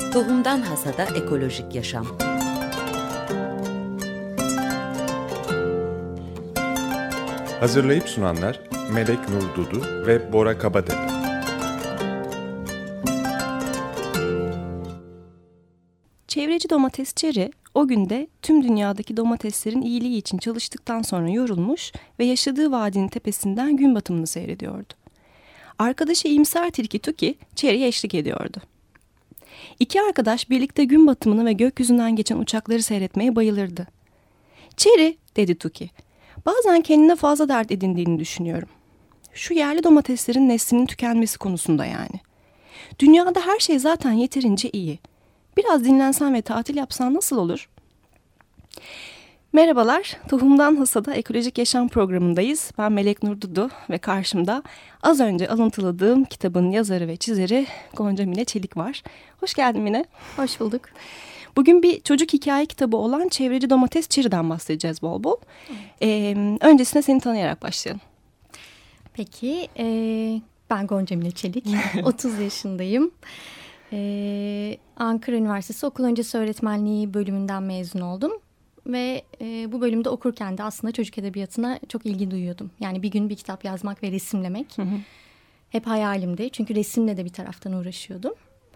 Tohumdan Hasada Ekolojik Yaşam. Hazırlayıp sunanlar Melek Nur Dudu ve Bora Kabatepe. Çevreci domates Cherry, o günde tüm dünyadaki domateslerin iyiliği için çalıştıktan sonra yorulmuş ve yaşadığı vadinin tepesinden gün batımını seyrediyordu. Arkadaşı iyimser tilki Tuki, Cherry'e eşlik ediyordu. İki arkadaş birlikte gün batımını ve gökyüzünden geçen uçakları seyretmeye bayılırdı. "Cherry," dedi Tuki, "bazen kendine fazla dert edindiğini düşünüyorum. Şu yerli domateslerin neslinin tükenmesi konusunda yani. Dünyada her şey zaten yeterince iyi. Biraz dinlensen ve tatil yapsan nasıl olur?" Merhabalar, Tohumdan Hasada Ekolojik Yaşam programındayız. Ben Melek Nur Dudu ve karşımda az önce alıntıladığım kitabın yazarı ve çizeri Gonca Mine Çelik var. Hoş geldin Mine. Hoş bulduk. Bugün bir çocuk hikaye kitabı olan Çevreci Domates Cherry'den bahsedeceğiz bol bol. Öncesine seni tanıyarak başlayalım. Peki, ben Gonca Mine Çelik, 30 yaşındayım. Ankara Üniversitesi Okul Öncesi Öğretmenliği bölümünden mezun oldum. Ve bu bölümde okurken de aslında çocuk edebiyatına çok ilgi duyuyordum. Yani bir gün bir kitap yazmak ve resimlemek hep hayalimdi. Çünkü resimle de bir taraftan uğraşıyordum.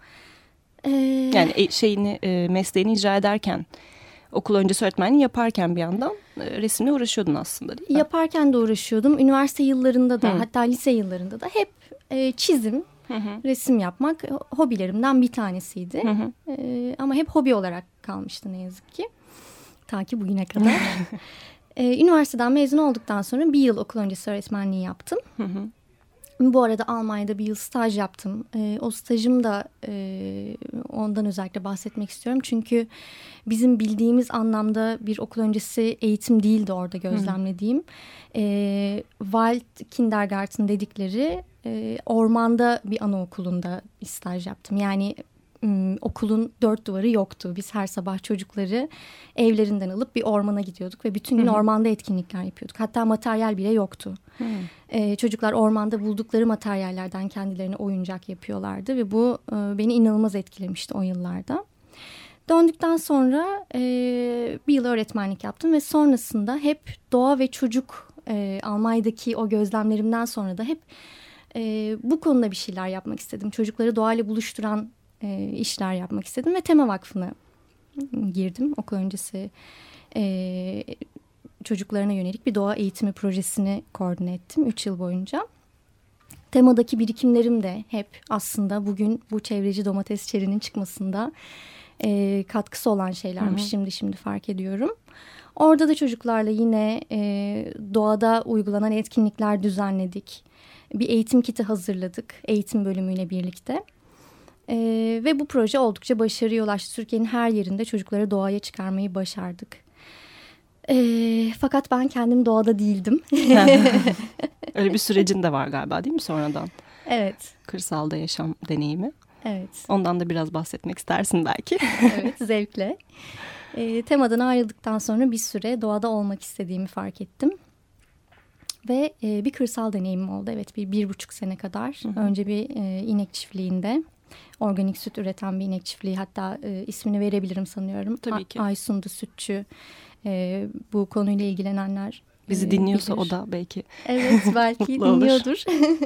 Yani mesleğini icra ederken, okul öncesi öğretmenliği yaparken bir yandan resimle uğraşıyordun aslında, değil mi? Yaparken de uğraşıyordum. Üniversite yıllarında da hatta lise yıllarında da hep çizim, resim yapmak hobilerimden bir tanesiydi. Ama hep hobi olarak kalmıştı ne yazık ki. Ta ki bugüne kadar. Üniversiteden mezun olduktan sonra bir yıl okul öncesi öğretmenliği yaptım. Bu arada Almanya'da bir yıl staj yaptım. O stajım da ondan özellikle bahsetmek istiyorum. Çünkü bizim bildiğimiz anlamda bir okul öncesi eğitim değildi orada gözlemlediğim. Wald Kindergarten dedikleri ormanda bir anaokulunda bir staj yaptım. Yani okulun dört duvarı yoktu. Biz her sabah çocukları evlerinden alıp bir ormana gidiyorduk ve bütün gün ormanda etkinlikler yapıyorduk. Hatta materyal bile yoktu. Çocuklar ormanda buldukları materyallerden kendilerine oyuncak yapıyorlardı ve bu beni inanılmaz etkilemişti o yıllarda. Döndükten sonra bir yıl öğretmenlik yaptım ve sonrasında hep doğa ve çocuk Almanya'daki o gözlemlerimden sonra da hep bu konuda bir şeyler yapmak istedim. Çocukları doğayla buluşturan işler yapmak istedim ve Tema Vakfı'na girdim. Okul öncesi çocuklarına yönelik bir doğa eğitimi projesini koordine ettim 3 yıl boyunca. Tema'daki birikimlerim de hep aslında bugün bu çevreci domates Cherry'nin çıkmasında katkısı olan şeylermiş. Şimdi fark ediyorum. Orada da çocuklarla yine doğada uygulanan etkinlikler düzenledik. Bir eğitim kiti hazırladık eğitim bölümüyle birlikte. Ve bu proje oldukça başarıya ulaştı. Türkiye'nin her yerinde çocukları doğaya çıkarmayı başardık. Fakat ben kendim doğada değildim. Öyle bir sürecin de var galiba, değil mi sonradan? Evet. Kırsalda yaşam deneyimi. Evet. Ondan da biraz bahsetmek istersin belki. Evet, zevkle. Tema'dan ayrıldıktan sonra bir süre doğada olmak istediğimi fark ettim. Ve bir kırsal deneyimim oldu. Evet, 1,5 sene kadar. Önce bir inek çiftliğinde. Organik süt üreten bir inek çiftliği. Hatta ismini verebilirim sanıyorum. Tabii ki. Aysun'da Sütçü. Bu konuyla ilgilenenler bizi dinliyorsa bilir. O da belki. Evet, belki dinliyordur.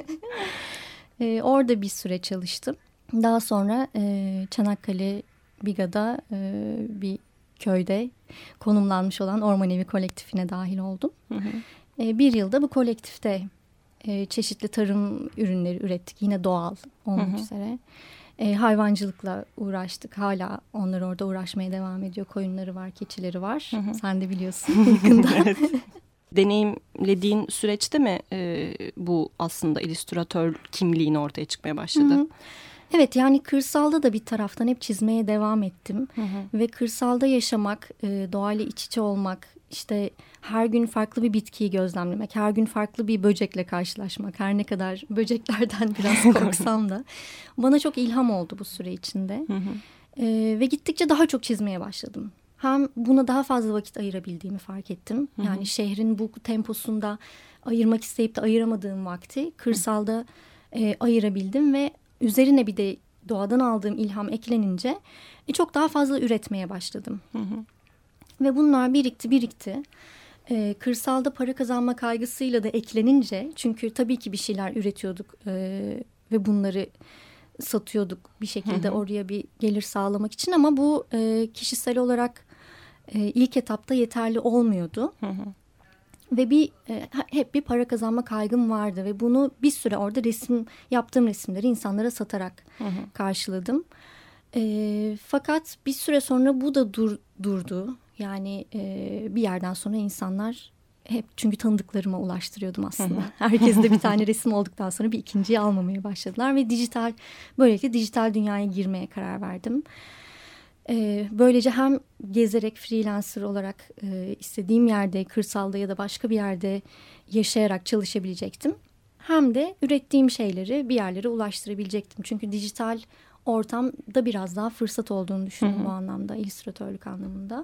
Orada bir süre çalıştım. Daha sonra Çanakkale Biga'da bir köyde konumlanmış olan Orman Evi kolektifine dahil oldum. Bir yılda bu kolektifte çeşitli tarım ürünleri ürettik. Yine doğal olmak üzere. Hayvancılıkla uğraştık. Hala onlar orada uğraşmaya devam ediyor. Koyunları var, keçileri var. Sen de biliyorsun yakında. Evet. Deneyimlediğin süreçte mi bu aslında illüstratör kimliğin ortaya çıkmaya başladı? Evet, yani kırsalda da bir taraftan hep çizmeye devam ettim. Ve kırsalda yaşamak, doğayla iç içe olmak, işte her gün farklı bir bitkiyi gözlemlemek, her gün farklı bir böcekle karşılaşmak, her ne kadar böceklerden biraz korksam da bana çok ilham oldu bu süre içinde. Ve gittikçe daha çok çizmeye başladım. Hem buna daha fazla vakit ayırabildiğimi fark ettim. Yani şehrin bu temposunda ayırmak isteyip de ayıramadığım vakti kırsalda ayırabildim ve üzerine bir de doğadan aldığım ilham eklenince çok daha fazla üretmeye başladım. Ve bunlar birikti. Kırsalda para kazanma kaygısıyla da eklenince, çünkü tabii ki bir şeyler üretiyorduk ve bunları satıyorduk bir şekilde oraya bir gelir sağlamak için, ama bu kişisel olarak ilk etapta yeterli olmuyordu. Ve hep bir para kazanma kaygım vardı ve bunu bir süre orada yaptığım resimleri insanlara satarak karşıladım. Fakat bir süre sonra bu da durdu. Yani bir yerden sonra insanlar hep, çünkü tanıdıklarıma ulaştırıyordum aslında. Herkeste bir tane resim olduktan sonra bir ikinciyi almamaya başladılar ve böylelikle dijital dünyaya girmeye karar verdim. Böylece hem gezerek freelancer olarak istediğim yerde, kırsalda ya da başka bir yerde yaşayarak çalışabilecektim. Hem de ürettiğim şeyleri bir yerlere ulaştırabilecektim. Çünkü dijital ortamda biraz daha fırsat olduğunu düşünüyorum bu anlamda, illüstratörlük anlamında.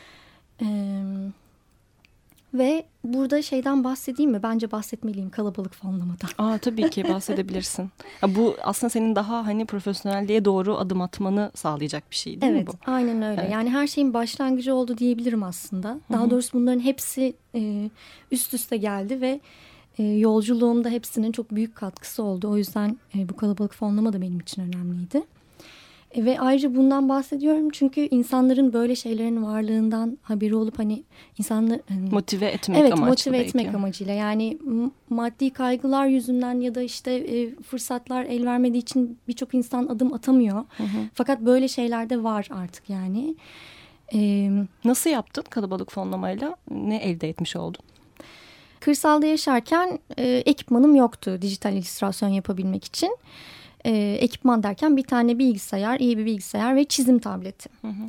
Ve burada şeyden bahsedeyim mi? Bence bahsetmeliyim, kalabalık fonlamadan. Tabii ki bahsedebilirsin. Bu aslında senin daha hani profesyonelliğe doğru adım atmanı sağlayacak bir şey değil mi bu? Evet, aynen öyle. Evet. Yani her şeyin başlangıcı oldu diyebilirim aslında. Daha doğrusu bunların hepsi üst üste geldi ve yolculuğumda hepsinin çok büyük katkısı oldu. O yüzden bu kalabalık fonlama da benim için önemliydi. Ve ayrıca bundan bahsediyorum çünkü insanların böyle şeylerin varlığından haberi olup hani insanları motive etmek amaçlı. Evet, motive etmek amacıyla. Yani maddi kaygılar yüzünden ya da işte fırsatlar el vermediği için birçok insan adım atamıyor. Fakat böyle şeyler de var artık yani. Nasıl yaptın kalabalık fonlamayla? Ne elde etmiş oldun? Kırsalda yaşarken ekipmanım yoktu dijital illüstrasyon yapabilmek için. Ekipman derken bir tane bilgisayar, iyi bir bilgisayar ve çizim tableti.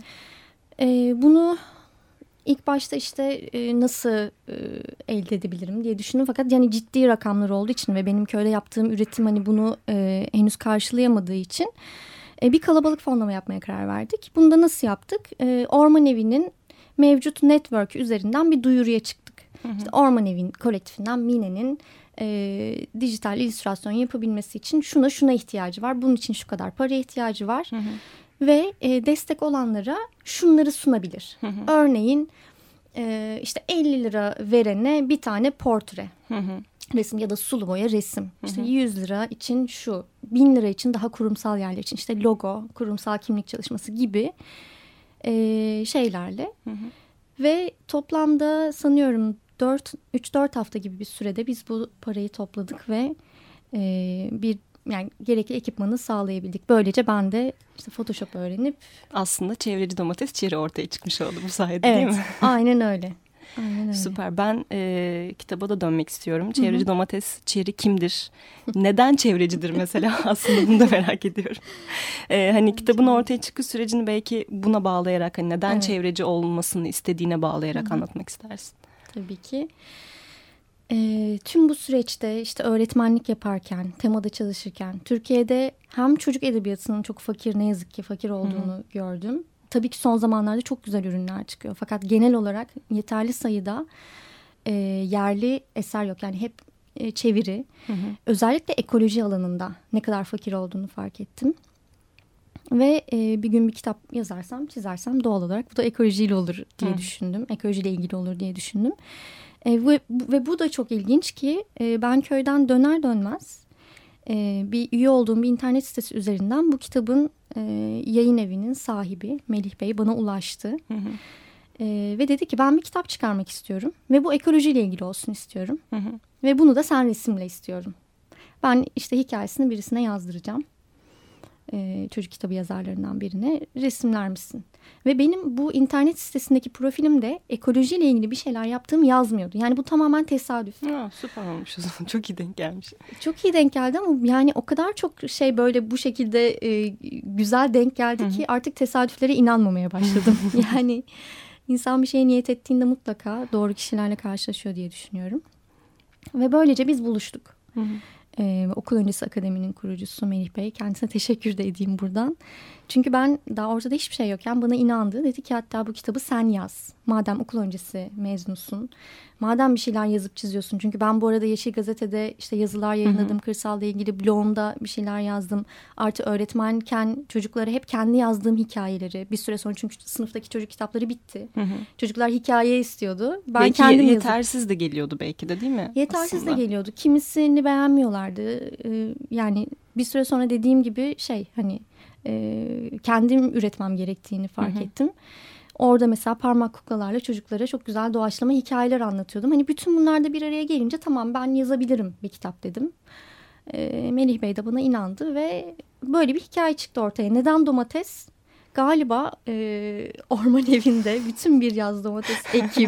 Bunu ilk başta işte nasıl elde edebilirim diye düşündüm. Fakat yani ciddi rakamlar olduğu için ve benim köyde yaptığım üretim hani bunu henüz karşılayamadığı için bir kalabalık fonlama yapmaya karar verdik. Bunu da nasıl yaptık? Orman Evi'nin mevcut network üzerinden bir duyuruya çıktık. İşte Orman Evi'nin kolektifinden Mine'nin dijital illüstrasyon yapabilmesi için şuna ihtiyacı var. Bunun için şu kadar para ihtiyacı var. Ve destek olanlara şunları sunabilir. Örneğin işte 50 lira verene bir tane portre resim ya da sulu boya resim. İşte 100 lira için şu, 1000 lira için daha kurumsal yerler için işte logo, kurumsal kimlik çalışması gibi şeylerle. Ve toplamda sanıyorum 3-4 hafta gibi bir sürede biz bu parayı topladık ve yani gerekli ekipmanı sağlayabildik. Böylece ben de işte Photoshop öğrenip aslında çevreci domates çeri ortaya çıkmış oldu bu sayede, değil mi? Evet, aynen öyle. Aynen öyle. Süper. Ben kitaba da dönmek istiyorum. Çevreci domates çeri kimdir? Neden çevrecidir mesela? Aslında bunu da merak ediyorum. Hani kitabın ortaya çıkış sürecini belki buna bağlayarak, hani neden çevreci olmasını istediğine bağlayarak anlatmak istersin. Tabii ki. Tüm bu süreçte işte öğretmenlik yaparken, temada çalışırken Türkiye'de hem çocuk edebiyatının çok fakir, ne yazık ki fakir olduğunu gördüm. Tabii ki son zamanlarda çok güzel ürünler çıkıyor. Fakat genel olarak yeterli sayıda yerli eser yok. Yani hep çeviri. Özellikle ekoloji alanında ne kadar fakir olduğunu fark ettim. Ve bir gün bir kitap yazarsam, çizersem doğal olarak bu da ekolojiyle olur diye düşündüm. Ekolojiyle ilgili olur diye düşündüm. Ve bu da çok ilginç ki ben köyden döner dönmez bir üye olduğum bir internet sitesi üzerinden bu kitabın yayın evinin sahibi Melih Bey bana ulaştı. Ve dedi ki ben bir kitap çıkarmak istiyorum ve bu ekolojiyle ilgili olsun istiyorum. Ve bunu da sen resimle istiyorum. Ben işte hikayesini birisine yazdıracağım. Çocuk kitabı yazarlarından birine resimler misin? Ve benim bu internet sitesindeki profilimde ekolojiyle ilgili bir şeyler yaptığım yazmıyordu. Yani bu tamamen tesadüf. Süper olmuş o zaman. Çok iyi denk gelmiş. Çok iyi denk geldi ama yani o kadar çok şey böyle bu şekilde güzel denk geldi ki artık tesadüflere inanmamaya başladım. Yani insan bir şeye niyet ettiğinde mutlaka doğru kişilerle karşılaşıyor diye düşünüyorum. Ve böylece biz buluştuk. Okul Öncesi Akademi'nin kurucusu Melih Bey. Kendisine teşekkür de edeyim buradan. Çünkü ben daha ortada hiçbir şey yokken bana inandı. Dedi ki hatta bu kitabı sen yaz. Madem okul öncesi mezunsun. Madem bir şeyler yazıp çiziyorsun. Çünkü ben bu arada Yeşil Gazete'de işte yazılar yayınladım. Kırsalla ilgili blogumda bir şeyler yazdım. Artı öğretmenken çocuklara hep kendi yazdığım hikayeleri. Bir süre sonra çünkü sınıftaki çocuk kitapları bitti. Çocuklar hikaye istiyordu. Ben belki kendim yetersiz de geliyordu belki de, değil mi? Yetersiz aslında de geliyordu. Kimisini beğenmiyorlardı. Yani bir süre sonra dediğim gibi hani kendim üretmem gerektiğini fark ettim. Orada mesela parmak kuklalarla çocuklara çok güzel doğaçlama hikayeler anlatıyordum. Hani bütün bunlar da bir araya gelince tamam ben yazabilirim bir kitap dedim. Melih Bey de bana inandı ve böyle bir hikaye çıktı ortaya. Neden domates? Galiba orman evinde bütün bir yaz domates ekip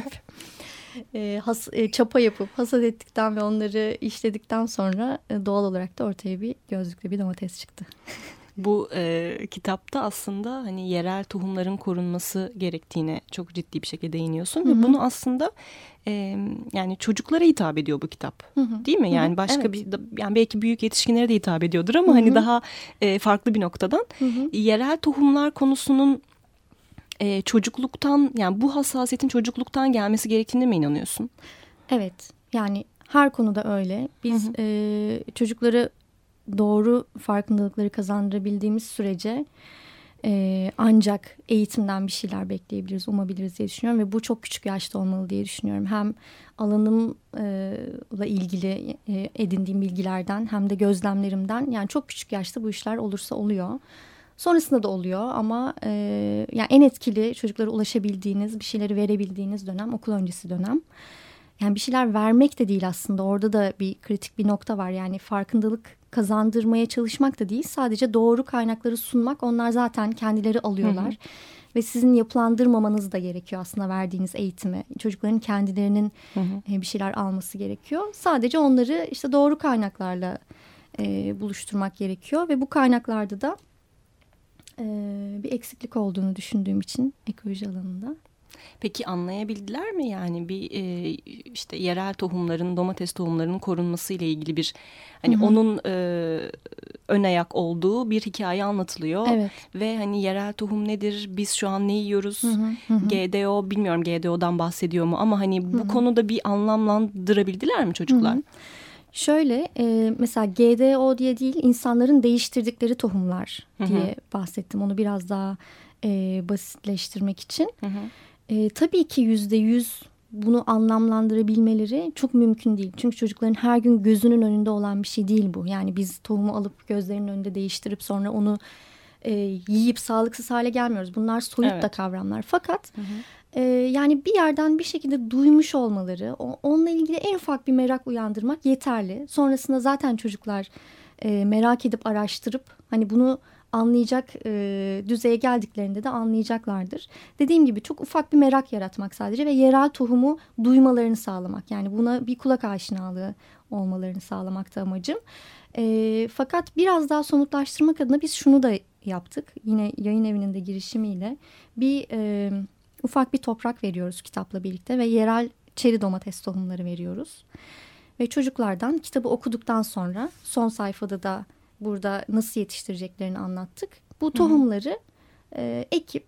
çapa yapıp hasat ettikten ve onları işledikten sonra doğal olarak da ortaya bir gözlüklü bir domates çıktı. Bu kitapta aslında hani yerel tohumların korunması gerektiğine çok ciddi bir şekilde değiniyorsun. Ve bunu aslında yani çocuklara hitap ediyor bu kitap. Değil mi? Yani başka bir yani belki büyük yetişkinlere de hitap ediyordur ama hani daha farklı bir noktadan. Yerel tohumlar konusunun çocukluktan, yani bu hassasiyetin çocukluktan gelmesi gerektiğine mi inanıyorsun? Evet. Yani her konuda öyle. Biz çocuklara doğru farkındalıkları kazandırabildiğimiz sürece ancak eğitimden bir şeyler bekleyebiliriz, umabiliriz diye düşünüyorum. Ve bu çok küçük yaşta olmalı diye düşünüyorum. Hem alanımla ilgili edindiğim bilgilerden hem de gözlemlerimden, yani çok küçük yaşta bu işler olursa oluyor. Sonrasında da oluyor ama yani en etkili çocuklara ulaşabildiğiniz, bir şeyleri verebildiğiniz dönem okul öncesi dönem. Yani bir şeyler vermek de değil aslında, orada da bir kritik bir nokta var. Yani farkındalık kazandırmaya çalışmak da değil, sadece doğru kaynakları sunmak. Onlar zaten kendileri alıyorlar. Ve sizin yapılandırmamanız da gerekiyor aslında verdiğiniz eğitimi. Çocukların kendilerinin bir şeyler alması gerekiyor. Sadece onları işte doğru kaynaklarla buluşturmak gerekiyor. Ve bu kaynaklarda da bir eksiklik olduğunu düşündüğüm için ekoloji alanında. Peki anlayabildiler mi yani bir işte yerel tohumların, domates tohumlarının korunması ile ilgili bir hani onun ön ayak olduğu bir hikaye anlatılıyor. Evet. Ve hani yerel tohum nedir? Biz şu an ne yiyoruz? GDO, bilmiyorum GDO'dan bahsediyor mu ama hani bu konuda bir anlamlandırabildiler mi çocuklar? Şöyle mesela GDO diye değil, insanların değiştirdikleri tohumlar diye bahsettim. Onu biraz daha basitleştirmek için. Tabii ki %100 bunu anlamlandırabilmeleri çok mümkün değil. Çünkü çocukların her gün gözünün önünde olan bir şey değil bu. Yani biz tohumu alıp gözlerinin önünde değiştirip sonra onu yiyip sağlıksız hale gelmiyoruz. Bunlar soyut da kavramlar. Fakat yani bir yerden bir şekilde duymuş olmaları, onunla ilgili en ufak bir merak uyandırmak yeterli. Sonrasında zaten çocuklar merak edip araştırıp hani bunu anlayacak düzeye geldiklerinde de anlayacaklardır. Dediğim gibi çok ufak bir merak yaratmak sadece ve yerel tohumu duymalarını sağlamak. Yani buna bir kulak aşinalığı olmalarını sağlamak da amacım. Fakat biraz daha somutlaştırmak adına biz şunu da yaptık. Yine yayın evinin de girişimiyle bir ufak bir toprak veriyoruz kitapla birlikte ve yerel çeri domates tohumları veriyoruz. Ve çocuklardan kitabı okuduktan sonra son sayfada da burada nasıl yetiştireceklerini anlattık. Bu tohumları ekip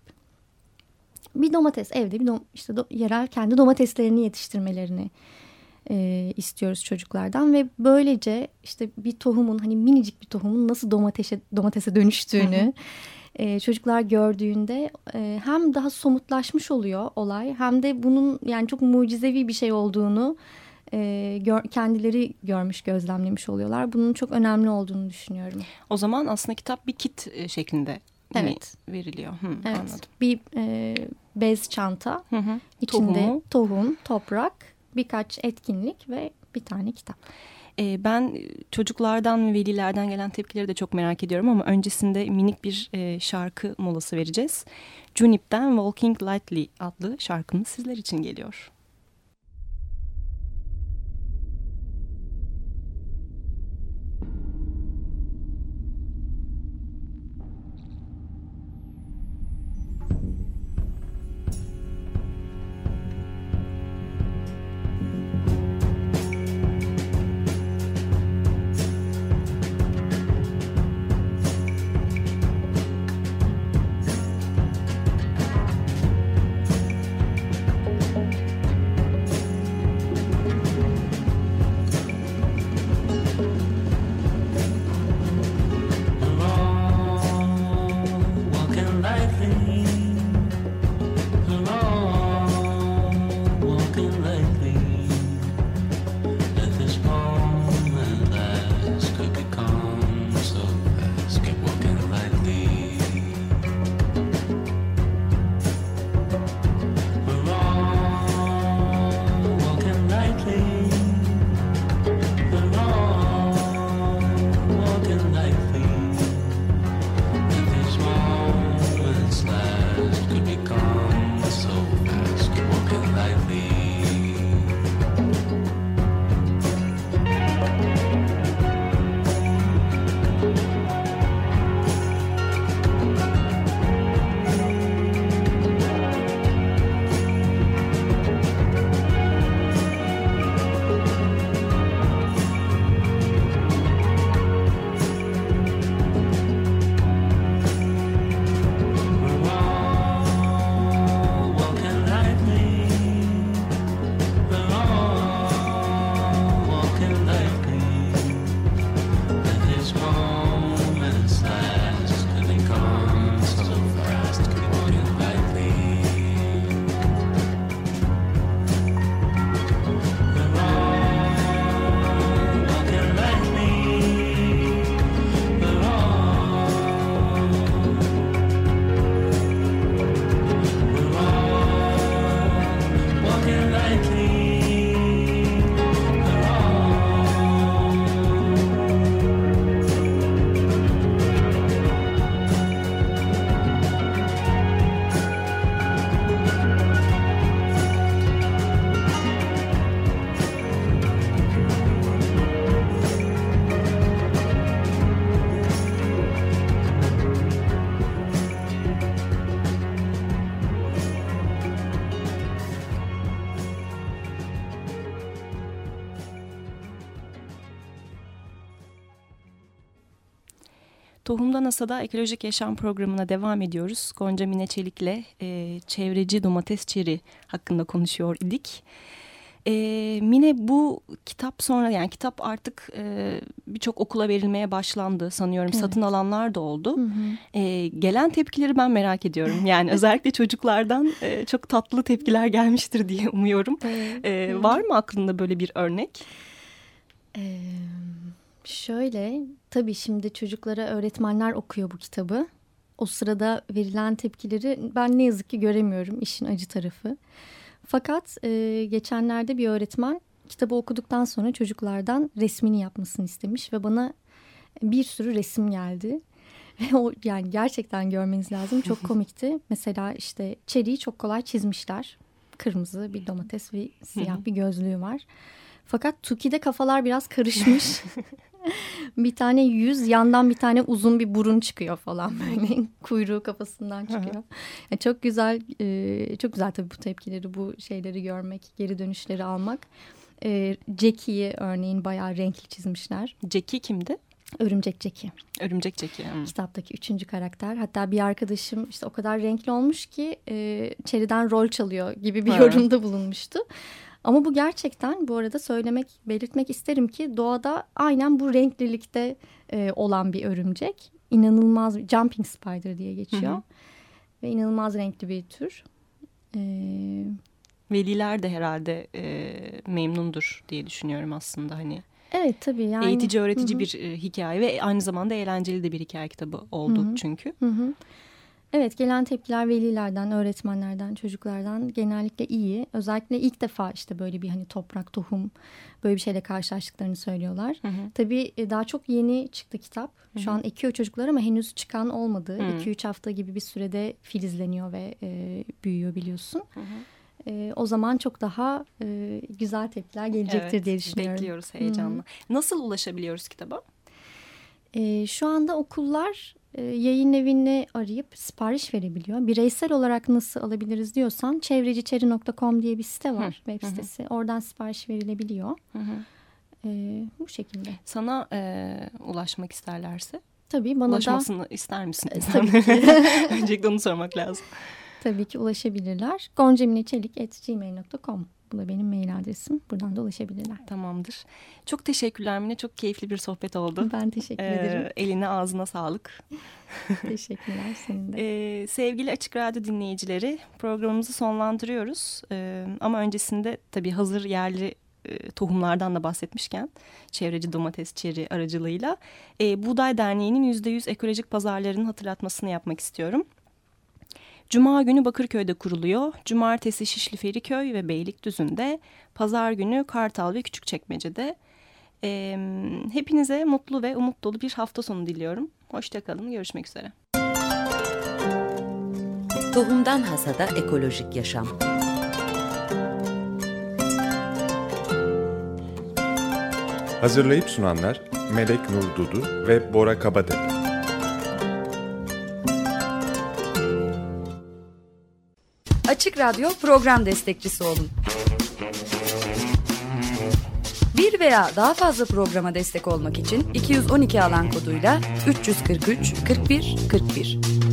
bir domates evde işte yerel kendi domateslerini yetiştirmelerini istiyoruz çocuklardan ve böylece işte bir tohumun hani minicik bir tohumun nasıl domatese dönüştüğünü çocuklar gördüğünde hem daha somutlaşmış oluyor olay hem de bunun yani çok mucizevi bir şey olduğunu kendileri görmüş, gözlemlemiş oluyorlar. Bunun çok önemli olduğunu düşünüyorum. O zaman aslında kitap bir kit şeklinde veriliyor. Evet. Anladım. Bir bez çanta, içinde tohum, toprak, birkaç etkinlik ve bir tane kitap. Ben çocuklardan ve velilerden gelen tepkileri de çok merak ediyorum ama öncesinde minik bir şarkı molası vereceğiz. Junip'ten Walking Lightly adlı şarkımız sizler için geliyor. Tohumdan Hasada Ekolojik Yaşam programına devam ediyoruz. Gonca Mine Çelik'le çevreci domates çeri hakkında konuşuyor idik. Mine, bu kitap sonra, yani kitap artık birçok okula verilmeye başlandı sanıyorum. Evet. Satın alanlar da oldu. Hı hı. Gelen tepkileri ben merak ediyorum. Yani özellikle çocuklardan çok tatlı tepkiler gelmiştir diye umuyorum. Var mı aklında böyle bir örnek? Şöyle, tabii şimdi çocuklara öğretmenler okuyor bu kitabı. O sırada verilen tepkileri ben ne yazık ki göremiyorum, işin acı tarafı. Fakat geçenlerde bir öğretmen kitabı okuduktan sonra çocuklardan resmini yapmasını istemiş ve bana bir sürü resim geldi. Ve o, yani gerçekten görmeniz lazım, çok komikti. Mesela işte çeriği çok kolay çizmişler. Kırmızı bir domates ve siyah bir gözlüğü var. Fakat Tuki'de kafalar biraz karışmış. Bir tane yüz, yandan bir tane uzun bir burun çıkıyor falan böyle. Kuyruğu kafasından çıkıyor. Yani çok güzel, çok güzel tabii bu tepkileri, bu şeyleri görmek, geri dönüşleri almak. Jackie'yi örneğin bayağı renkli çizmişler. Jackie kimdi? Örümcek Jackie. Örümcek Jackie. Kitaptaki 3. karakter. Hatta bir arkadaşım işte o kadar renkli olmuş ki Cherry'den rol çalıyor gibi bir yorumda bulunmuştu. Ama bu gerçekten, bu arada belirtmek isterim ki doğada aynen bu renklilikte olan bir örümcek. İnanılmaz, jumping spider diye geçiyor. Hı hı. Ve inanılmaz renkli bir tür. Veliler de herhalde memnundur diye düşünüyorum aslında hani. Evet tabii yani. Eğitici öğretici bir hikaye ve aynı zamanda eğlenceli de bir hikaye kitabı oldu çünkü. Hı hı. Evet, gelen tepkiler velilerden, öğretmenlerden, çocuklardan genellikle iyi. Özellikle ilk defa işte böyle bir hani toprak, tohum böyle bir şeyle karşılaştıklarını söylüyorlar. Hı hı. Tabii daha çok yeni çıktı kitap. Şu hı hı. an ekiyor çocuklar ama henüz çıkan olmadı. 2-3 hafta gibi bir sürede filizleniyor ve büyüyor biliyorsun. Hı hı. O zaman çok daha güzel tepkiler gelecektir diye düşünüyorum. Bekliyoruz heyecanla. Hı-hı. Nasıl ulaşabiliyoruz kitaba? Şu anda okullar yayın evini arayıp sipariş verebiliyor. Bireysel olarak nasıl alabiliriz diyorsan çevreciçeri.com diye bir site var, web sitesi. Oradan sipariş verilebiliyor. Bu şekilde. Sana ulaşmak isterlerse? Tabii bana ulaşmasını ister misin? Tabii ki. Öncelikle onu sormak lazım. Tabii ki ulaşabilirler. goncamineçelik@gmail.com. Bu da benim mail adresim. Buradan da ulaşabilirler. Tamamdır. Çok teşekkürler Mine. Çok keyifli bir sohbet oldu. Ben teşekkür ederim. Eline ağzına sağlık. Teşekkürler senin de. Sevgili Açık Radyo dinleyicileri, programımızı sonlandırıyoruz. Ama öncesinde tabii hazır yerli tohumlardan da bahsetmişken çevreci domates çeri aracılığıyla Buğday Derneği'nin %100 ekolojik pazarlarının hatırlatmasını yapmak istiyorum. Cuma günü Bakırköy'de kuruluyor. Cumartesi Şişli Feriköy ve Beylikdüzü'nde. Pazar günü Kartal ve Küçükçekmece'de. Hepinize mutlu ve umut dolu bir hafta sonu diliyorum. Hoşça kalın. Görüşmek üzere. Tohumdan Hasada Ekolojik Yaşam. Hazırlayıp sunanlar Melek Nur Dudu ve Bora Kabatepe. Açık Radyo program destekçisi olun. Bir veya daha fazla programa destek olmak için 212 alan koduyla 343 41 41.